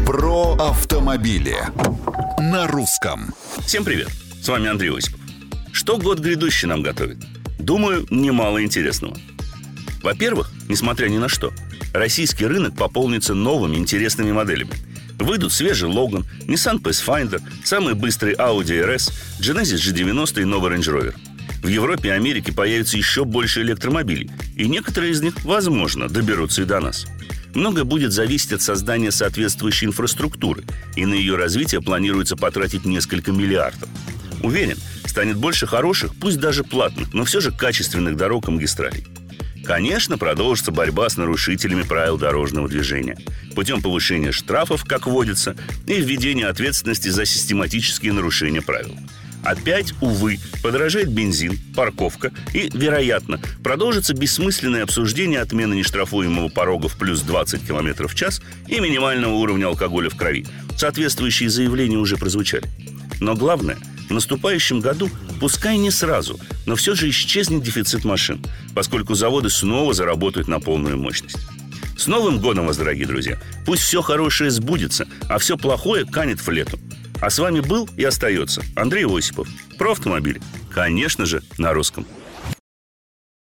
Про автомобили на русском. Всем привет, с вами Андрей Осипов. Что год грядущий нам готовит? Думаю, немало интересного. Во-первых, несмотря ни на что, российский рынок пополнится новыми интересными моделями. Выйдут свежий Logan, Nissan Pathfinder, самый быстрый Audi RS, Genesis G90 и новый Range Rover. В Европе и Америке появится еще больше электромобилей, и некоторые из них, возможно, доберутся и до нас. Многое будет зависеть от создания соответствующей инфраструктуры, и на ее развитие планируется потратить несколько миллиардов. Уверен, станет больше хороших, пусть даже платных, но все же качественных дорог и магистралей. Конечно, продолжится борьба с нарушителями правил дорожного движения путем повышения штрафов, как водится, и введения ответственности за систематические нарушения правил. Опять, увы, подорожает бензин, парковка и, вероятно, продолжится бессмысленное обсуждение отмены нештрафуемого порога в плюс 20 км в час и минимального уровня алкоголя в крови. Соответствующие заявления уже прозвучали. Но главное, в наступающем году, пускай не сразу, но все же исчезнет дефицит машин, поскольку заводы снова заработают на полную мощность. С Новым годом вас, дорогие друзья! Пусть все хорошее сбудется, а все плохое канет в лету. А с вами был и остается Андрей Осипов. Про автомобили. Конечно же, на русском.